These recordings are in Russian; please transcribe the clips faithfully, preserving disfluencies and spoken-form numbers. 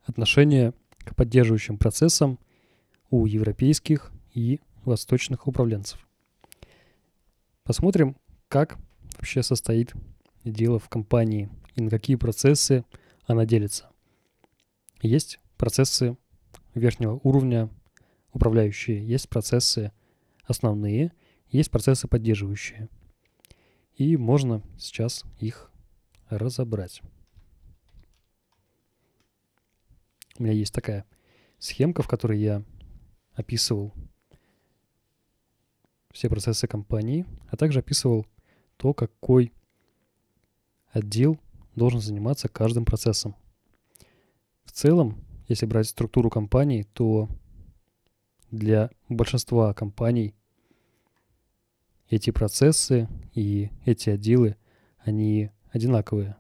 отношение к поддерживающим процессам у европейских и восточных управленцев. Посмотрим, как вообще состоит дело в компании и на какие процессы она делится. Есть процессы верхнего уровня управляющие, есть процессы основные, есть процессы поддерживающие. И можно сейчас их разобрать. У меня есть такая схемка, в которой я описывал все процессы компании, а также описывал то, какой отдел должен заниматься каждым процессом. В целом, если брать структуру компании, то для большинства компаний эти процессы и эти отделы, они одинаковые.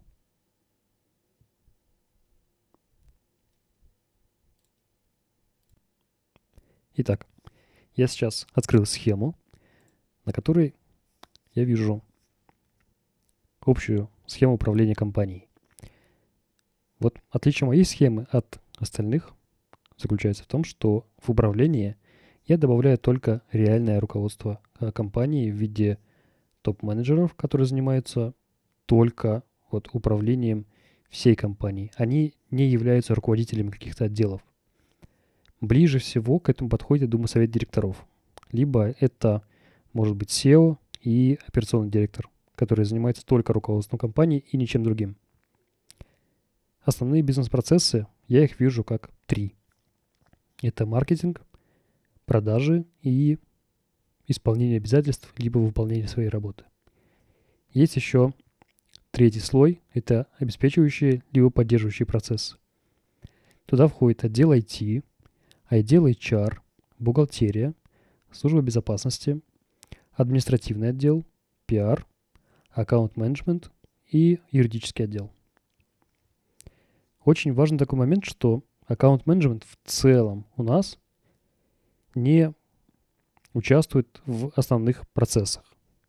Итак, я сейчас открыл схему, на которой я вижу общую схему управления компанией. Вот отличие моей схемы от остальных заключается в том, что в управлении я добавляю только реальное руководство компании в виде топ-менеджеров, которые занимаются только вот управлением всей компании. Они не являются руководителями каких-то отделов. Ближе всего к этому подходит, я думаю, совет директоров. Либо это может быть сео и операционный директор, который занимается только руководством компании и ничем другим. Основные бизнес-процессы, я их вижу как три. Это маркетинг, продажи и исполнение обязательств, либо выполнение своей работы. Есть еще третий слой, это обеспечивающие, либо поддерживающие процессы. Туда входит отдел ай ти, отдел эйч ар, бухгалтерия, служба безопасности, административный отдел, пи ар, аккаунт-менеджмент и юридический отдел. Очень важный такой момент, что аккаунт-менеджмент в целом у нас не участвует в основных процессах.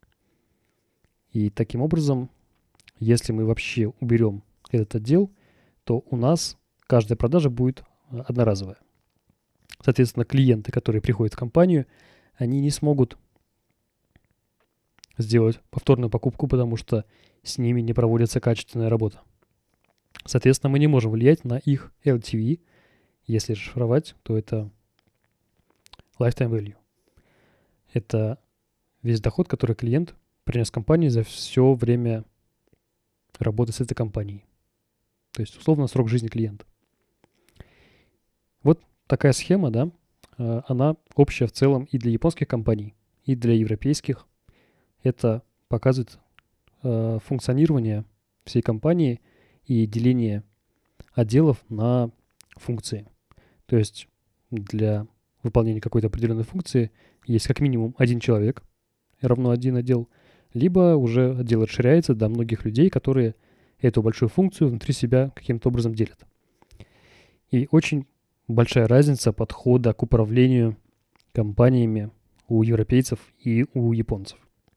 И таким образом, если мы вообще уберем этот отдел, то у нас каждая продажа будет одноразовая. Соответственно, клиенты, которые приходят в компанию, они не смогут сделать повторную покупку, потому что с ними не проводится качественная работа. Соответственно, мы не можем влиять на их эл ти ви. Если расшифровать, то это lifetime value. Это весь доход, который клиент принес компании за все время работы с этой компанией. То есть, условно, срок жизни клиента. Вот такая схема, да, она общая в целом и для японских компаний, и для европейских. Это показывает э, функционирование всей компании и деление отделов на функции. То есть для выполнения какой-то определенной функции есть как минимум один человек, равно один отдел, либо уже отдел расширяется до многих людей, которые эту большую функцию внутри себя каким-то образом делят. И очень большая разница подхода к управлению компаниями у европейцев и у японцев.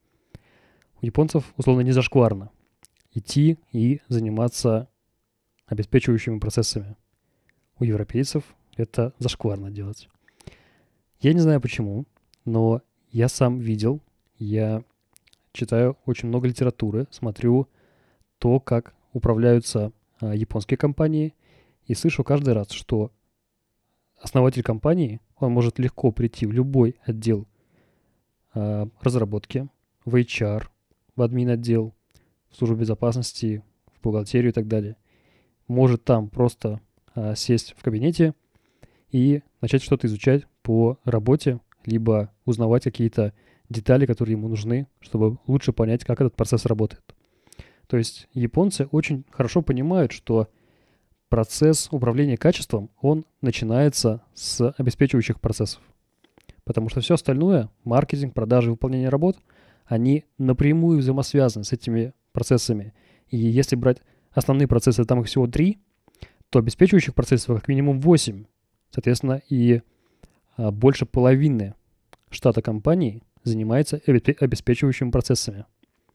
У японцев, условно, не зашкварно идти и заниматься обеспечивающими процессами. У европейцев это зашкварно делать. Я не знаю почему, но я сам видел, я читаю очень много литературы, смотрю то, как управляются а, японские компании, и слышу каждый раз, что основатель компании, он может легко прийти в любой отдел а, разработки, в эйч ар, в админ-отдел, в службу безопасности, в бухгалтерию и так далее. Может там просто а, сесть в кабинете и начать что-то изучать по работе, либо узнавать какие-то детали, которые ему нужны, чтобы лучше понять, как этот процесс работает. То есть японцы очень хорошо понимают, что процесс управления качеством, он начинается с обеспечивающих процессов. Потому что все остальное, маркетинг, продажи, выполнение работ, они напрямую взаимосвязаны с этими процессами. И если брать основные процессы, там их всего три, то обеспечивающих процессов как минимум восемь. Соответственно, и а, больше половины штата компании занимается обеспечивающими процессами.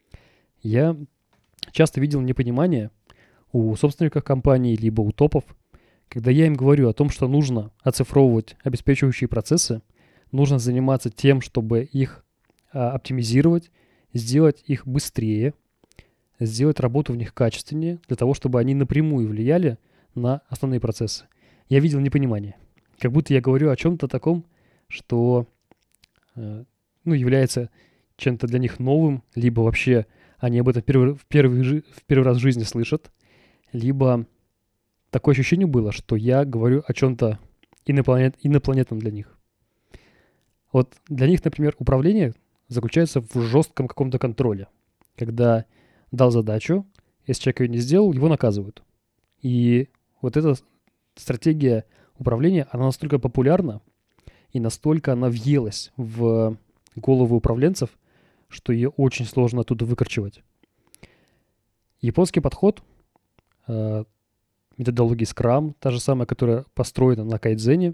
Я часто видел непонимание у собственников компаний, либо у топов, Когда я им говорю о том, что нужно оцифровывать обеспечивающие процессы, нужно заниматься тем, чтобы их а, оптимизировать, сделать их быстрее, сделать работу в них качественнее, для того, чтобы они напрямую влияли на основные процессы. Я видел непонимание. Как будто я говорю о чем-то таком, что э, ну, является чем-то для них новым, либо вообще они об этом первый, в, первый, в первый раз в жизни слышат, либо такое ощущение было, что я говорю о чем-то инопланет, инопланетном для них. Вот для них, например, управление заключается в жестком каком-то контроле. Когда дал задачу, если человек ее не сделал, его наказывают. И вот эта стратегия управления, она настолько популярна и настолько она въелась в головы управленцев, что ее очень сложно оттуда выкорчевать. Японский подход, э, методология Scrum, та же самая, которая построена на кайдзене,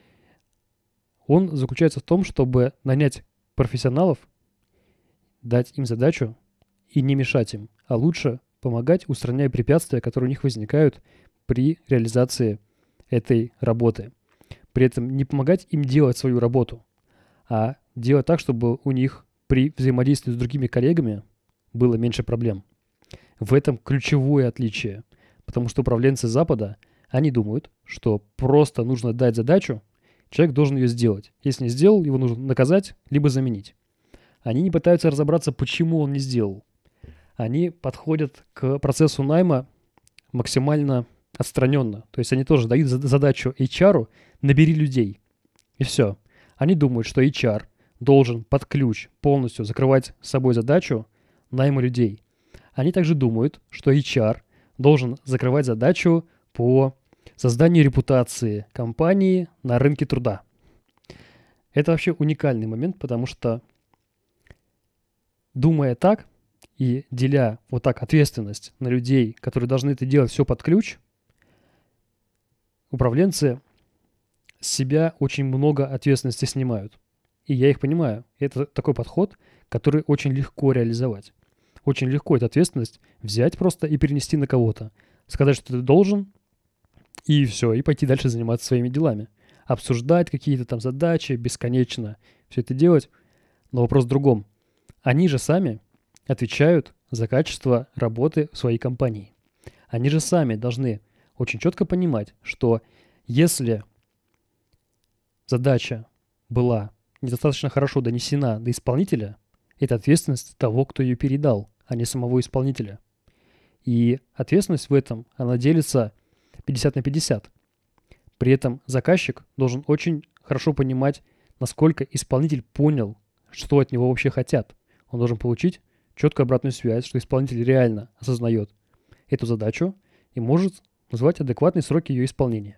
он заключается в том, чтобы нанять профессионалов, дать им задачу и не мешать им, а лучше помогать, устраняя препятствия, которые у них возникают при реализации этой работы. При этом не помогать им делать свою работу, а делать так, чтобы у них при взаимодействии с другими коллегами было меньше проблем. В этом ключевое отличие, потому что управленцы Запада, они думают, что просто нужно дать задачу, человек должен ее сделать. Если не сделал, его нужно наказать, либо заменить. Они не пытаются разобраться, почему он не сделал. Они подходят к процессу найма максимально отстраненно. То есть они тоже дают задачу эйч ар «набери людей». И все. Они думают, что эйч ар должен под ключ полностью закрывать с собой задачу найма людей. Они также думают, что эйч ар должен закрывать задачу по созданию репутации компании на рынке труда. Это вообще уникальный момент, потому что, думая так и деля вот так ответственность на людей, которые должны это делать все под ключ, управленцы с себя очень много ответственности снимают. И я их понимаю. Это такой подход, который очень легко реализовать. Очень легко эту ответственность взять просто и перенести на кого-то. Сказать, что ты должен, и все, и пойти дальше заниматься своими делами. Обсуждать какие-то там задачи бесконечно, все это делать. Но вопрос в другом. Они же сами отвечают за качество работы в своей компании. Они же сами должны очень четко понимать, что если задача была недостаточно хорошо донесена до исполнителя, это ответственность того, кто ее передал, а не самого исполнителя. И ответственность в этом, она делится пятьдесят на пятьдесят. При этом заказчик должен очень хорошо понимать, насколько исполнитель понял, что от него вообще хотят. Он должен получить четкую обратную связь, что исполнитель реально осознает эту задачу и может назвать адекватные сроки ее исполнения.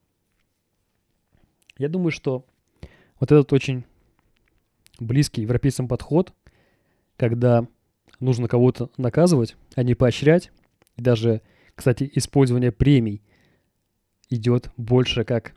Я думаю, что вот этот очень близкий европейцам подход, когда нужно кого-то наказывать, а не поощрять, и даже, кстати, использование премий идет больше как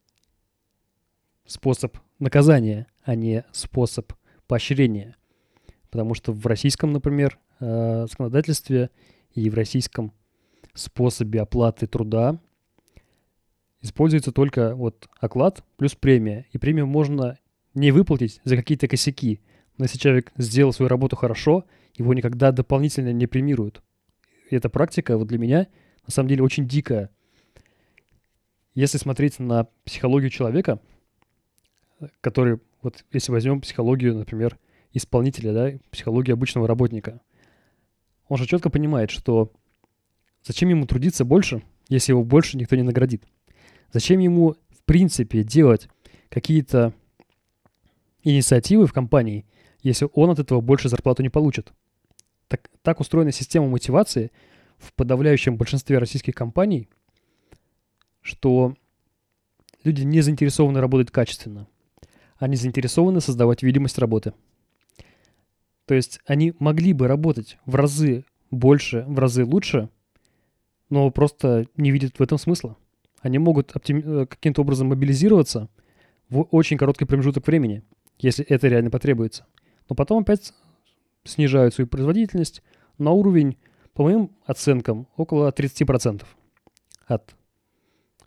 способ наказания, а не способ поощрения. Потому что в российском, например, законодательстве и в российском способе оплаты труда используется только вот оклад плюс премия. И премию можно не выплатить за какие-то косяки. Но если человек сделал свою работу хорошо, его никогда дополнительно не премируют. И эта практика вот для меня на самом деле очень дикая. Если смотреть на психологию человека, который, вот если возьмем психологию, например, исполнителя, да, психологию обычного работника, он же четко понимает, что зачем ему трудиться больше, если его больше никто не наградит? Зачем ему, в принципе, делать какие-то инициативы в компании, если он от этого больше зарплату не получит? Так, так устроена система мотивации в подавляющем большинстве российских компаний, что люди не заинтересованы работать качественно. Они заинтересованы создавать видимость работы. То есть они могли бы работать в разы больше, в разы лучше, но просто не видят в этом смысла. Они могут оптими- каким-то образом мобилизироваться в очень короткий промежуток времени, если это реально потребуется. Но потом опять снижают свою производительность на уровень, по моим оценкам, около тридцать процентов от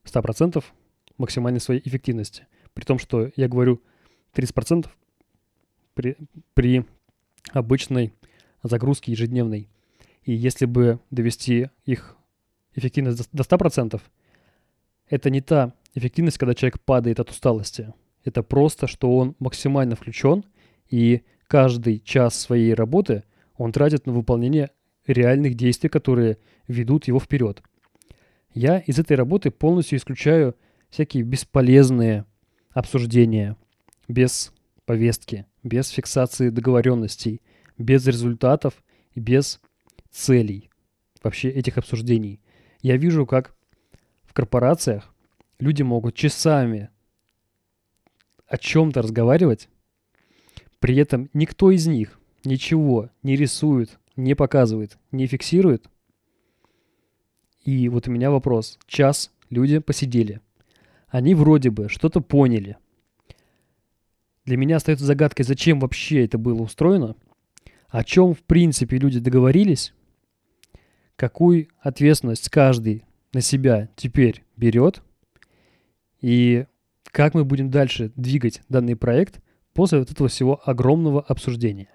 сто процентов максимальной своей эффективности. При том, что я говорю тридцать процентов при, при обычной загрузке ежедневной. И если бы довести их эффективность до ста процентов, это не та эффективность, когда человек падает от усталости. Это просто, что он максимально включен, и каждый час своей работы он тратит на выполнение реальных действий, которые ведут его вперед. Я из этой работы полностью исключаю всякие бесполезные обсуждения, без повестки, без фиксации договоренностей, без результатов и без целей вообще этих обсуждений. Я вижу, как в корпорациях люди могут часами о чем-то разговаривать, при этом никто из них ничего не рисует, не показывает, не фиксирует. И вот у меня вопрос. Час люди посидели. Они вроде бы что-то поняли. Для меня остается загадкой, зачем вообще это было устроено, о чем в принципе люди договорились, какую ответственность каждый на себя теперь берет, и как мы будем дальше двигать данный проект после вот этого всего огромного обсуждения.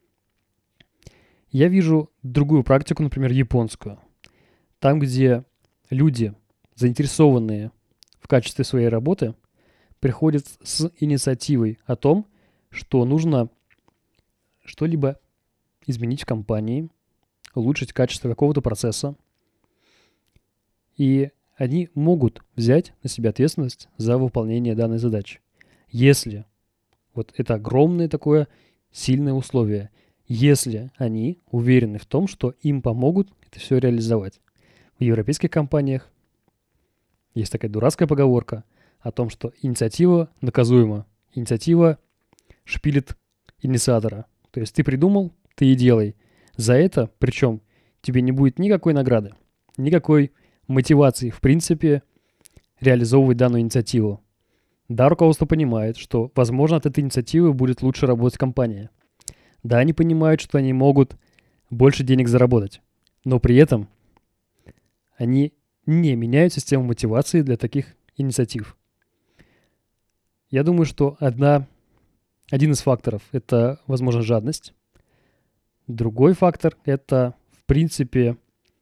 Я вижу другую практику, например, японскую. Там, где люди, заинтересованные в качестве своей работы, приходят с инициативой о том, что нужно что-либо изменить в компании, улучшить качество какого-то процесса. И они могут взять на себя ответственность за выполнение данной задачи. Если, вот это огромное такое сильное условие, если они уверены в том, что им помогут это все реализовать. В европейских компаниях есть такая дурацкая поговорка о том, что инициатива наказуема. Инициатива шпилит инициатора. То есть ты придумал, ты и делай. За это, причем, тебе не будет никакой награды, никакой мотивации, в принципе, реализовывать данную инициативу. Да, руководство понимает, что, возможно, от этой инициативы будет лучше работать компания. Да, они понимают, что они могут больше денег заработать. Но при этом они не меняют систему мотивации для таких инициатив. Я думаю, что одна, один из факторов – это, возможно, жадность. Другой фактор – это, в принципе,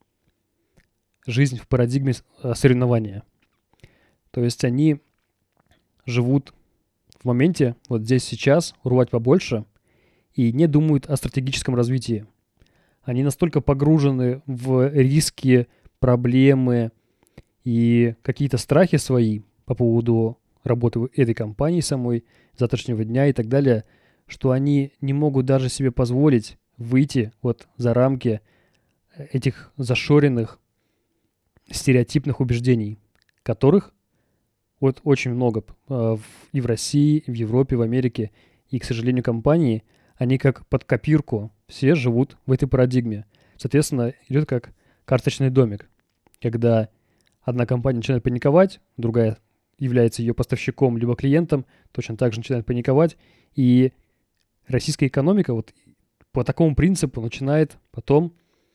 жизнь в парадигме соревнования. То есть они живут в моменте, вот здесь сейчас, урвать побольше, и не думают о стратегическом развитии. Они настолько погружены в риски, проблемы и какие-то страхи свои по поводу работы этой компании самой, завтрашнего дня и так далее, что они не могут даже себе позволить выйти вот за рамки этих зашоренных стереотипных убеждений, которых вот очень много э, и в России, и в Европе, в Америке. И, к сожалению, компании, они как под копирку все живут в этой парадигме. Соответственно, идет как карточный домик, когда одна компания начинает паниковать, другая является ее поставщиком либо клиентом, точно так же начинает паниковать. И российская экономика вот по такому принципу начинает потом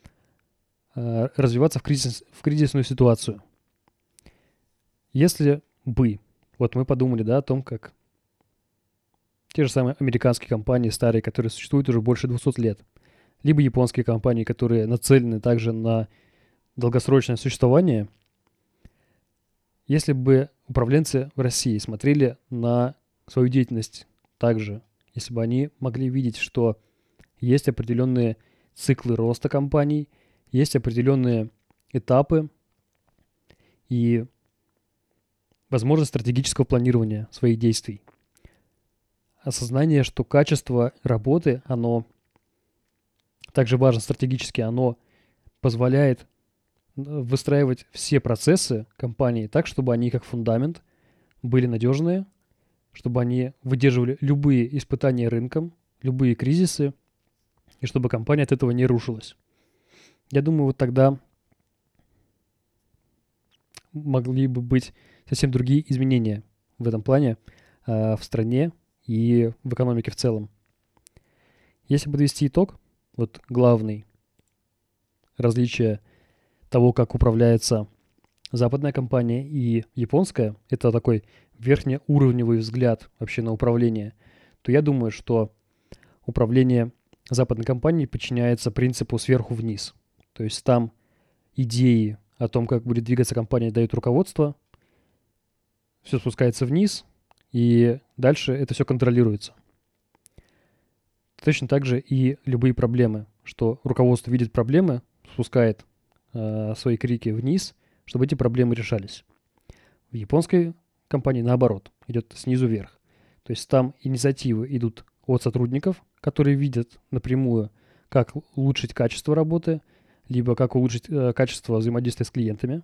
э, развиваться в, кризис, в кризисную ситуацию. Если бы, вот мы подумали, да, о том, как те же самые американские компании старые, которые существуют уже больше двухсот лет, либо японские компании, которые нацелены также на долгосрочное существование, если бы управленцы в России смотрели на свою деятельность также, если бы они могли видеть, что есть определенные циклы роста компаний, есть определенные этапы и возможность стратегического планирования своих действий. Осознание, что качество работы, оно также важно стратегически, оно позволяет выстраивать все процессы компании так, чтобы они как фундамент были надежные, чтобы они выдерживали любые испытания рынком, любые кризисы, и чтобы компания от этого не рушилась. Я думаю, вот тогда могли бы быть совсем другие изменения в этом плане э, в стране и в экономике в целом. Если подвести итог, вот главный различие того, как управляется западная компания и японская, это такой верхнеуровневый взгляд вообще на управление, то я думаю, что управление западной компанией подчиняется принципу сверху вниз. То есть там идеи о том, как будет двигаться компания, дают руководство, все спускается вниз, и дальше это все контролируется. Точно так же и любые проблемы, что руководство видит проблемы, спускает э, свои крики вниз, чтобы эти проблемы решались. В японской компании наоборот, идет снизу вверх. То есть там инициативы идут от сотрудников, которые видят напрямую, как улучшить качество работы, либо как улучшить э, качество взаимодействия с клиентами.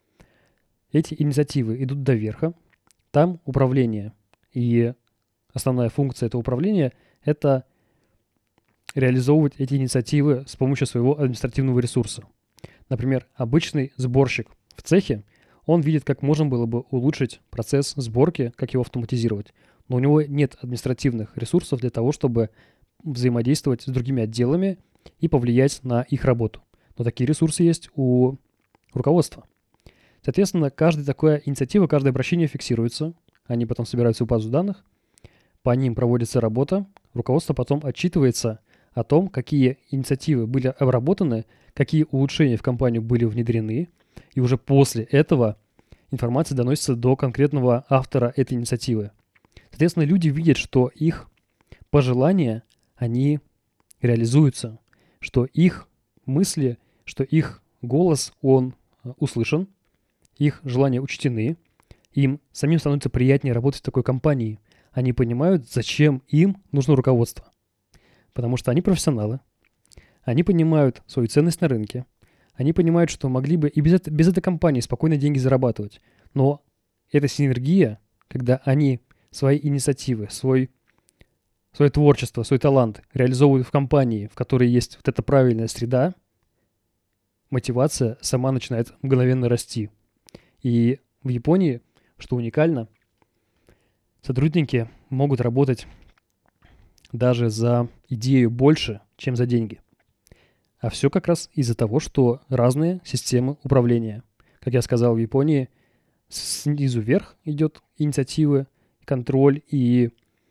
Эти инициативы идут до верха. Там управление. И основная функция этого управления – это реализовывать эти инициативы с помощью своего административного ресурса. Например, обычный сборщик в цехе, он видит, как можно было бы улучшить процесс сборки, как его автоматизировать. Но у него нет административных ресурсов для того, чтобы взаимодействовать с другими отделами и повлиять на их работу. Но такие ресурсы есть у руководства. Соответственно, каждая такая инициатива, каждое обращение фиксируется. Они потом собираются в базу данных, по ним проводится работа. Руководство потом отчитывается о том, какие инициативы были обработаны, какие улучшения в компанию были внедрены. И уже после этого информация доносится до конкретного автора этой инициативы. Соответственно, люди видят, что их пожелания, они реализуются, что их мысли, что их голос, он услышан, их желания учтены, им самим становится приятнее работать в такой компании. Они понимают, зачем им нужно руководство. Потому что они профессионалы, они понимают свою ценность на рынке, они понимают, что могли бы и без, это, без этой компании спокойно деньги зарабатывать. Но эта синергия, когда они свои инициативы, свой, свое творчество, свой талант реализовывают в компании, в которой есть вот эта правильная среда, мотивация сама начинает мгновенно расти. И в Японии, что уникально, сотрудники могут работать даже за идею больше, чем за деньги. А все как раз из-за того, что разные системы управления. Как я сказал, в Японии снизу вверх идет инициативы, контроль и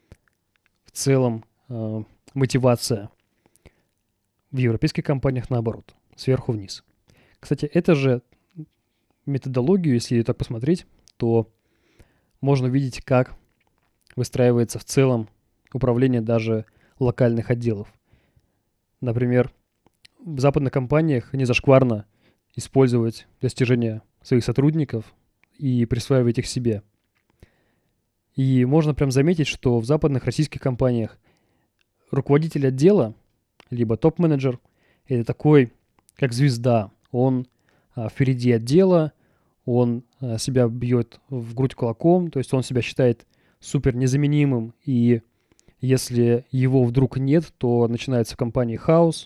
в целом э, мотивация. В европейских компаниях наоборот, сверху вниз. Кстати, это же методологию, если ее так посмотреть, то можно увидеть, как выстраивается в целом управление даже локальных отделов. Например, в западных компаниях не зашкварно использовать достижения своих сотрудников и присваивать их себе. И можно прям заметить, что в западных российских компаниях руководитель отдела, либо топ-менеджер, это такой, как звезда. Он а, впереди отдела, он а, себя бьет в грудь кулаком, то есть он себя считает супер незаменимым, и если его вдруг нет, то начинается в компании хаос.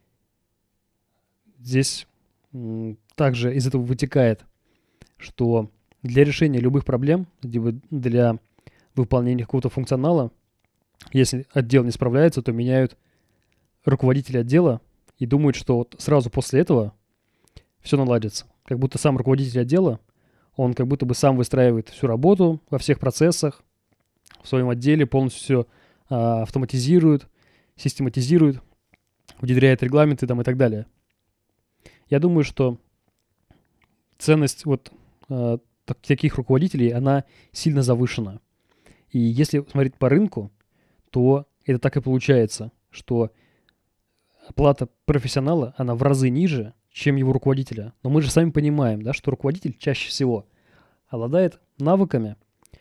Здесь м, также из этого вытекает, что для решения любых проблем, для выполнения какого-то функционала, если отдел не справляется, то меняют руководителя отдела и думают, что вот сразу после этого все наладится. Как будто сам руководитель отдела, он как будто бы сам выстраивает всю работу во всех процессах, в своем отделе полностью все а, автоматизирует, систематизирует, внедряет регламенты там, и так далее. Я думаю, что ценность вот а, так, таких руководителей, она сильно завышена. И если смотреть по рынку, то это так и получается, что оплата профессионала, она в разы ниже, чем его руководителя. Но мы же сами понимаем, да, что руководитель чаще всего обладает навыками,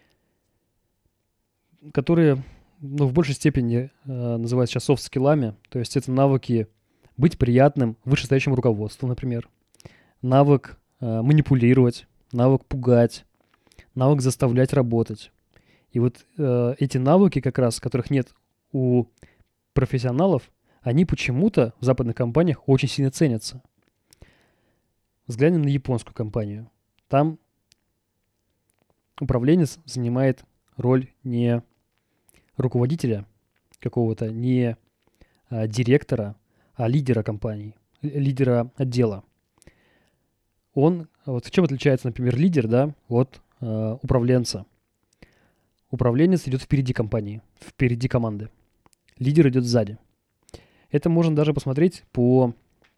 которые ну, в большей степени э, называют сейчас софт-скиллами. То есть это навыки быть приятным вышестоящему руководству, например. Навык э, манипулировать, навык пугать, навык заставлять работать. И вот э, эти навыки, как раз, которых нет у профессионалов, они почему-то в западных компаниях очень сильно ценятся. Взглянем на японскую компанию. Там управленец занимает роль не руководителя какого-то, не а, директора, а лидера компании, лидера отдела. он, вот в чем отличается, например, лидер, да, от э, управленца. Управленец идет впереди компании, впереди команды. Лидер идет сзади. Это можно даже посмотреть по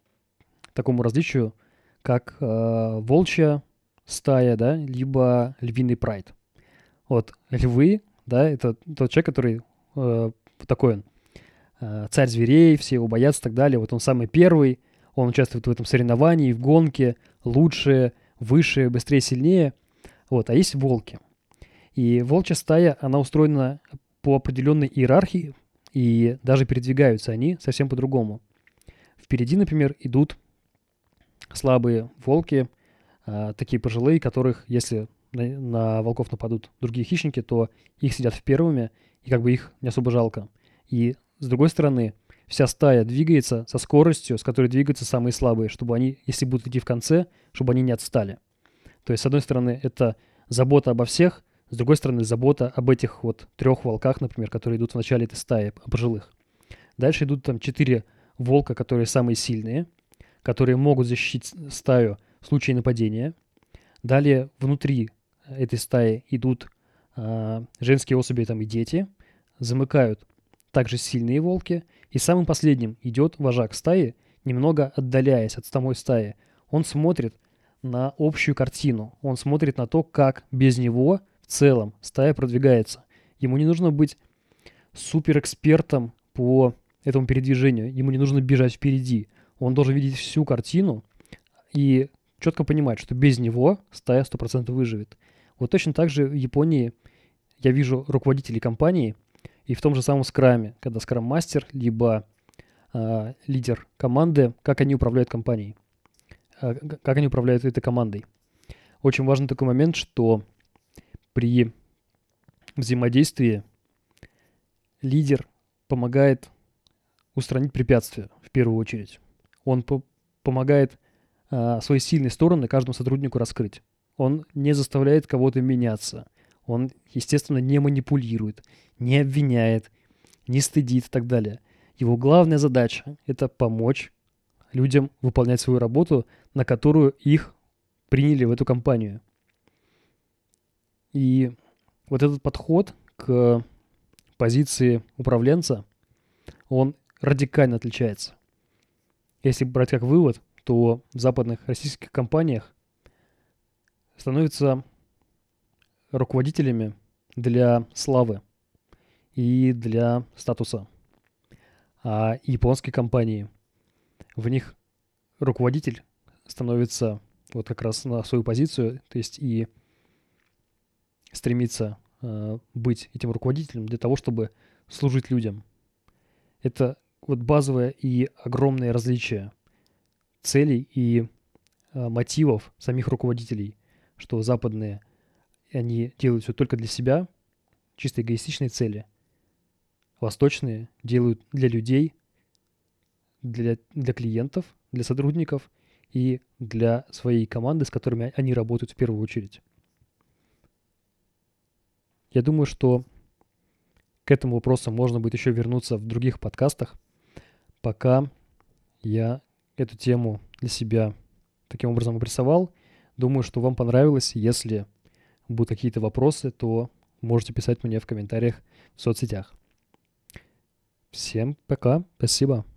такому различию, как э, волчья стая, да, либо львиный прайд. Вот львы, да, это тот человек, который э, такой он, э, царь зверей, все его боятся и так далее. Вот он самый первый, он участвует в этом соревновании, в гонке, лучше, выше, быстрее, сильнее. Вот, а есть волки. И волчья стая, она устроена по определенной иерархии, и даже передвигаются они совсем по-другому. Впереди, например, идут слабые волки, а, такие пожилые, которых, если на, на волков нападут другие хищники, то их сидят в первыми, и как бы их не особо жалко. И с другой стороны, вся стая двигается со скоростью, с которой двигаются самые слабые, чтобы они, если будут идти в конце, чтобы они не отстали. То есть, с одной стороны, это забота обо всех, с другой стороны, забота об этих вот трех волках, например, которые идут в начале этой стаи, о пожилых. Дальше идут там четыре волка, которые самые сильные, которые могут защитить стаю в случае нападения. Далее внутри этой стаи идут а, женские особи там и дети, замыкают также сильные волки. И самым последним идет вожак стаи, немного отдаляясь от самой стаи. Он смотрит на общую картину, он смотрит на то, как без него в целом стая продвигается. Ему не нужно быть суперэкспертом по этому передвижению, ему не нужно бежать впереди. Он должен видеть всю картину и четко понимать, что без него стая сто процентов выживет. Вот точно так же в Японии я вижу руководителей компании, и в том же самом скраме, когда скрам-мастер, либо э, лидер команды, как они управляют компанией, э, как они управляют этой командой. Очень важный такой момент, что при взаимодействии лидер помогает устранить препятствия в первую очередь. Он по- помогает а, свои сильные стороны каждому сотруднику раскрыть. Он не заставляет кого-то меняться. Он, естественно, не манипулирует, не обвиняет, не стыдит и так далее. Его главная задача – это помочь людям выполнять свою работу, на которую их приняли в эту компанию. И вот этот подход к позиции управленца, он радикально отличается. Если брать как вывод, то в западных российских компаниях становятся руководителями для славы и для статуса. А японские компании, в них руководитель становится вот как раз на свою позицию, то есть и стремится э, быть этим руководителем для того, чтобы служить людям. Это вот базовое и огромное различие целей и э, мотивов самих руководителей, что западные, они делают все только для себя, чисто эгоистичные цели. Восточные делают для людей, для, для клиентов, для сотрудников и для своей команды, с которыми они работают в первую очередь. Я думаю, что к этому вопросу можно будет еще вернуться в других подкастах. Пока я эту тему для себя таким образом обрисовал. Думаю, что вам понравилось. Если будут какие-то вопросы, то можете писать мне в комментариях в соцсетях. Всем пока. Спасибо.